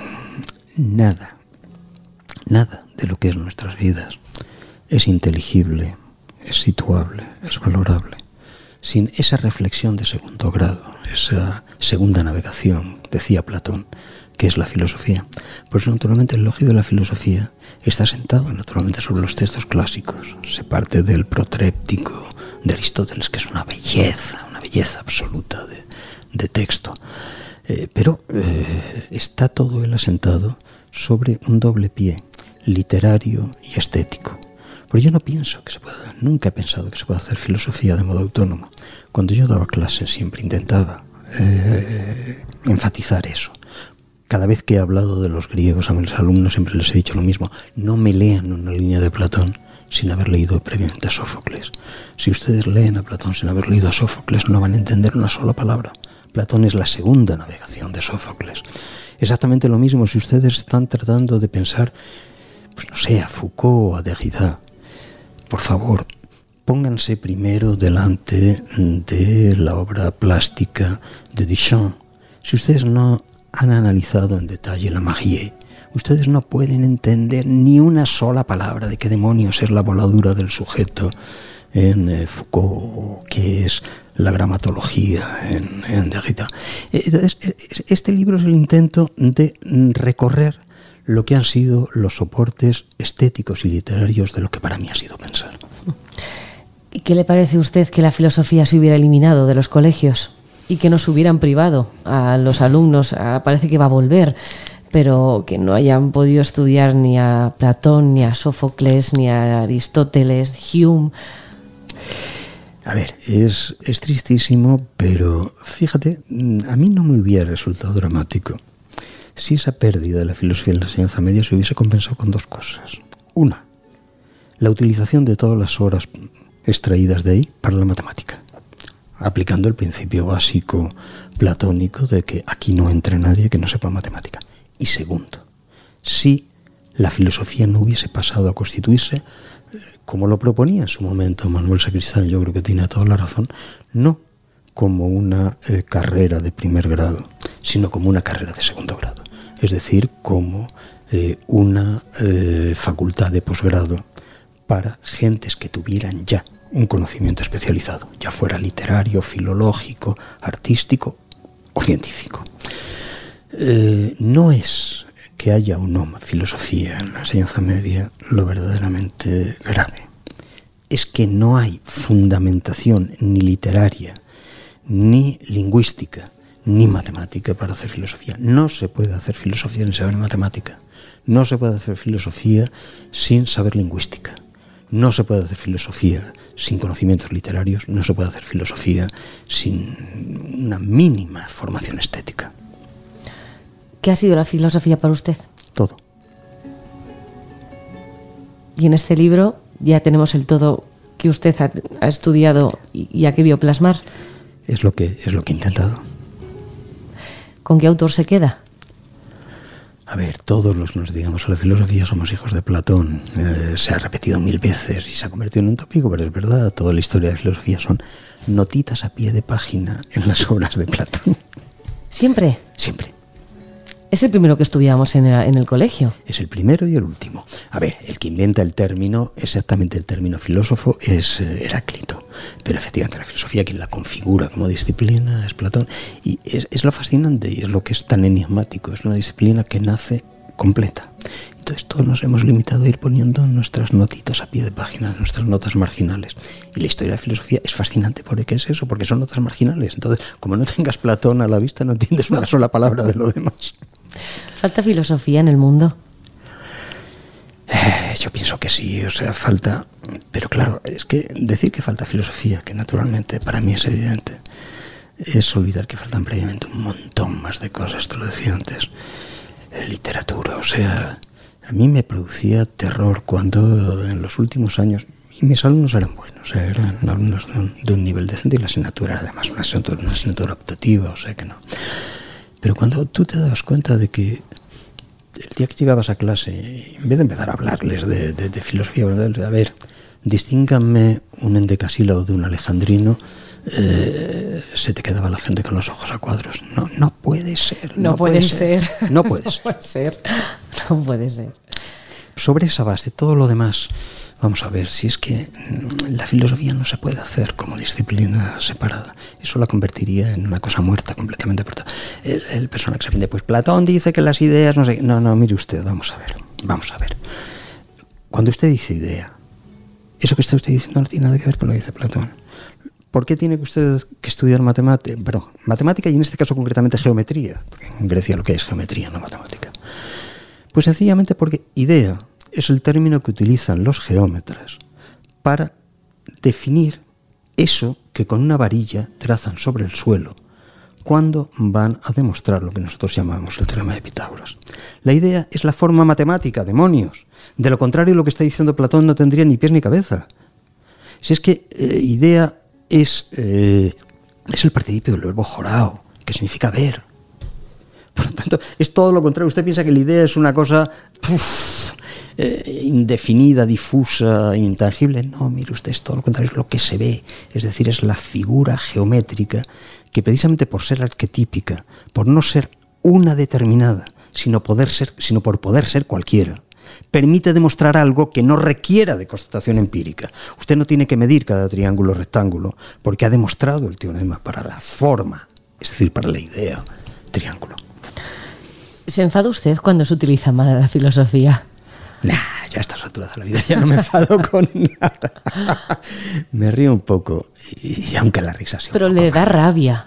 S2: nada, nada de lo que es nuestras vidas es inteligible, es situable, es valorable, sin esa reflexión de segundo grado, esa segunda navegación, decía Platón, que es la filosofía. Por eso, naturalmente, el elogio de la filosofía está sentado naturalmente sobre los textos clásicos. Se parte del protréptico de Aristóteles, que es una belleza, una belleza absoluta de, de texto. Eh, pero eh, está todo él asentado sobre un doble pie, literario y estético. Pero yo no pienso que se pueda, nunca he pensado que se pueda hacer filosofía de modo autónomo. Cuando yo daba clases siempre intentaba eh, enfatizar eso. Cada vez que he hablado de los griegos a mis alumnos siempre les he dicho lo mismo: no me lean una línea de Platón sin haber leído previamente a Sófocles. Si ustedes leen a Platón sin haber leído a Sófocles, no van a entender una sola palabra. Platón es la segunda navegación de Sófocles. Exactamente lo mismo si ustedes están tratando de pensar, pues no sé, a Foucault o a Derrida. Por favor, pónganse primero delante de la obra plástica de Duchamp. Si ustedes no han analizado en detalle la magie, ustedes no pueden entender ni una sola palabra de qué demonios es la voladura del sujeto en eh, Foucault, que es la gramatología en, en Derrida. Entonces, este libro es el intento de recorrer lo que han sido los soportes estéticos y literarios de lo que para mí ha sido pensar.
S1: ¿Y qué le parece a usted que la filosofía se hubiera eliminado de los colegios y que nos hubieran privado a los alumnos? Ahora parece que va a volver, pero que no hayan podido estudiar ni a Platón, ni a Sófocles, ni a Aristóteles, Hume.
S2: A ver, es, es tristísimo, pero fíjate, a mí no me hubiera resultado dramático si esa pérdida de la filosofía en la enseñanza media se hubiese compensado con dos cosas. Una, la utilización de todas las horas extraídas de ahí para la matemática, aplicando el principio básico platónico de que aquí no entre nadie que no sepa matemática. Y segundo, si la filosofía no hubiese pasado a constituirse, como lo proponía en su momento Manuel Sacristán, yo creo que tiene toda la razón, no como una eh, carrera de primer grado, sino como una carrera de segundo grado. Es decir, como eh, una eh, facultad de posgrado para gentes que tuvieran ya un conocimiento especializado, ya fuera literario, filológico, artístico o científico. Eh, no es que haya o no filosofía en la enseñanza media lo verdaderamente grave. Es que no hay fundamentación ni literaria, ni lingüística, ni matemática para hacer filosofía. No se puede hacer filosofía sin saber matemática. No se puede hacer filosofía sin saber lingüística. No se puede hacer filosofía sin conocimientos literarios. No se puede hacer filosofía sin una mínima formación estética.
S1: ¿Qué ha sido la filosofía para usted?
S2: Todo.
S1: Y en este libro ya tenemos el todo que usted ha, ha estudiado y, y ha querido plasmar.
S2: Es lo que, es lo que he intentado.
S1: ¿Con qué autor se queda?
S2: A ver, todos los que nos digamos a la filosofía somos hijos de Platón. Eh, se ha repetido mil veces y se ha convertido en un tópico, pero es verdad, toda la historia de la filosofía son notitas a pie de página en las obras de Platón.
S1: ¿Siempre?
S2: Siempre.
S1: Es el primero que estudiamos en el, en el colegio.
S2: Es el primero y el último. A ver, el que inventa el término, exactamente el término filósofo, es eh, Heráclito. Pero efectivamente la filosofía, quien la configura como disciplina, es Platón. Y es, es lo fascinante y es lo que es tan enigmático. Es una disciplina que nace completa. Entonces todos nos hemos limitado a ir poniendo nuestras notitas a pie de página, nuestras notas marginales. Y la historia de la filosofía es fascinante. ¿Por qué es eso? Porque son notas marginales. Entonces, como no tengas Platón a la vista, no entiendes una sola palabra de lo demás.
S1: ¿Falta filosofía en el mundo?
S2: Eh, yo pienso que sí, o sea, falta... Pero claro, es que decir que falta filosofía, que naturalmente para mí es evidente, es olvidar que faltan previamente un montón más de cosas, te lo decía antes. Eh, literatura, o sea, a mí me producía terror cuando en los últimos años... Y mis alumnos eran buenos, o sea, eran alumnos de un, de un nivel decente y la asignatura era además una asignatura, una asignatura optativa, o sea que no... Pero cuando tú te dabas cuenta de que el día que llegabas a clase, en vez de empezar a hablarles de, de, de filosofía, a ver, distínganme un endecasílabo de un alejandrino, eh, se te quedaba la gente con los ojos a cuadros. No, no puede ser.
S1: No, no puede, puede ser. ser.
S2: No puede ser.
S1: No puede ser. No puede ser.
S2: Sobre esa base, todo lo demás, vamos a ver, si es que la filosofía no se puede hacer como disciplina separada. Eso la convertiría en una cosa muerta, completamente apartada. El, el personaje que se aprende, pues Platón dice que las ideas, no sé... No, no, mire usted, vamos a ver, vamos a ver. Cuando usted dice idea, eso que está usted diciendo no tiene nada que ver con lo que dice Platón. ¿Por qué tiene que usted que estudiar matemática? Perdón, matemática y en este caso concretamente geometría, porque en Grecia lo que hay es geometría, no matemática. Pues sencillamente porque idea es el término que utilizan los geómetras para definir eso que con una varilla trazan sobre el suelo cuando van a demostrar lo que nosotros llamamos el teorema de Pitágoras. La idea es la forma matemática, demonios. De lo contrario, lo que está diciendo Platón no tendría ni pies ni cabeza. Si es que eh, idea es, eh, es el participio del verbo jorao, que significa ver. Por lo tanto, es todo lo contrario. Usted piensa que la idea es una cosa uf, eh, indefinida, difusa, intangible. No, mire usted, es todo lo contrario, es lo que se ve. Es decir, es la figura geométrica que precisamente por ser arquetípica, por no ser una determinada, sino, poder ser, sino por poder ser cualquiera, permite demostrar algo que no requiera de constatación empírica. Usted no tiene que medir cada triángulo rectángulo porque ha demostrado el teorema para la forma, es decir, para la idea triángulo.
S1: ¿Se enfada usted cuando se utiliza mal la filosofía?
S2: Nah, ya a estas alturas de la vida ya no me enfado con nada. Me río un poco, y aunque la risa sea
S1: Pero
S2: un poco
S1: le da
S2: mal.
S1: rabia.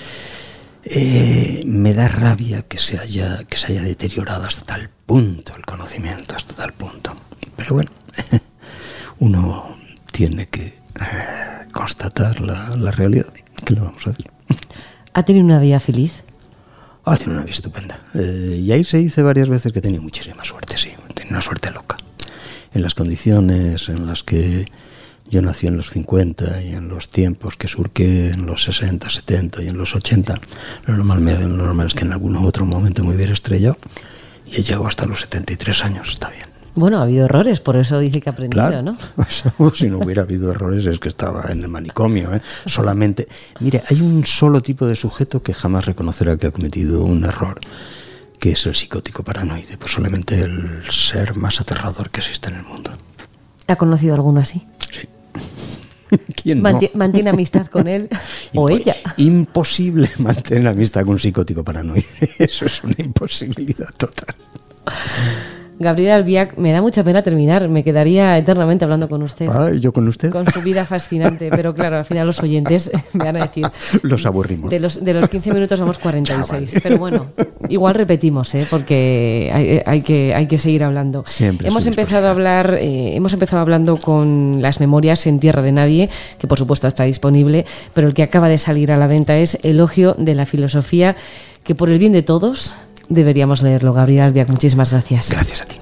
S2: Eh, me da rabia que se haya que se haya deteriorado hasta tal punto el conocimiento, hasta tal punto. Pero bueno, uno tiene que eh, constatar la, la realidad. ¿Qué le vamos a hacer?
S1: ¿Ha tenido una vida feliz?
S2: Ah, tiene una vida estupenda. Eh, y ahí se dice varias veces que tenía muchísima suerte, sí. Tenía una suerte loca. En las condiciones en las que yo nací en los cincuenta y en los tiempos que surqué en los sesenta, setenta y en los ochenta, lo normal, lo normal es que en algún otro momento me hubiera estrellado y he llegado hasta los setenta y tres años, está bien.
S1: Bueno, ha habido errores, por eso dice que ha aprendido,
S2: Claro,
S1: ¿no?
S2: Eso, si no hubiera habido errores es que estaba en el manicomio, ¿eh? Solamente, mire, hay un solo tipo de sujeto que jamás reconocerá que ha cometido un error, que es el psicótico paranoide, pues solamente el ser más aterrador que existe en el mundo.
S1: ¿Ha conocido alguno así?
S2: Sí. ¿Quién no?
S1: Manti- ¿Mantiene amistad con él o
S2: Impo-
S1: ella?
S2: Imposible mantener la amistad con un psicótico paranoide. Eso es una imposibilidad total.
S1: Gabriel Albiach, me da mucha pena terminar, me quedaría eternamente hablando con usted.
S2: Ah, ¿y yo con usted?
S1: Con su vida fascinante, pero claro, al final los oyentes me van a decir...
S2: Los aburrimos.
S1: De los, de los quince minutos vamos cuarenta y seis.
S2: Chaval.
S1: Pero bueno, igual repetimos, ¿eh? Porque hay, hay, que, hay que seguir hablando.
S2: Siempre
S1: hemos
S2: es una
S1: empezado a hablar, eh, hemos empezado hablando con las memorias En tierra de nadie, que por supuesto está disponible, pero el que acaba de salir a la venta es Elogio de la filosofía, que por el bien de todos deberíamos leerlo. Gabriel Albiach, muchísimas gracias.
S2: Gracias a ti.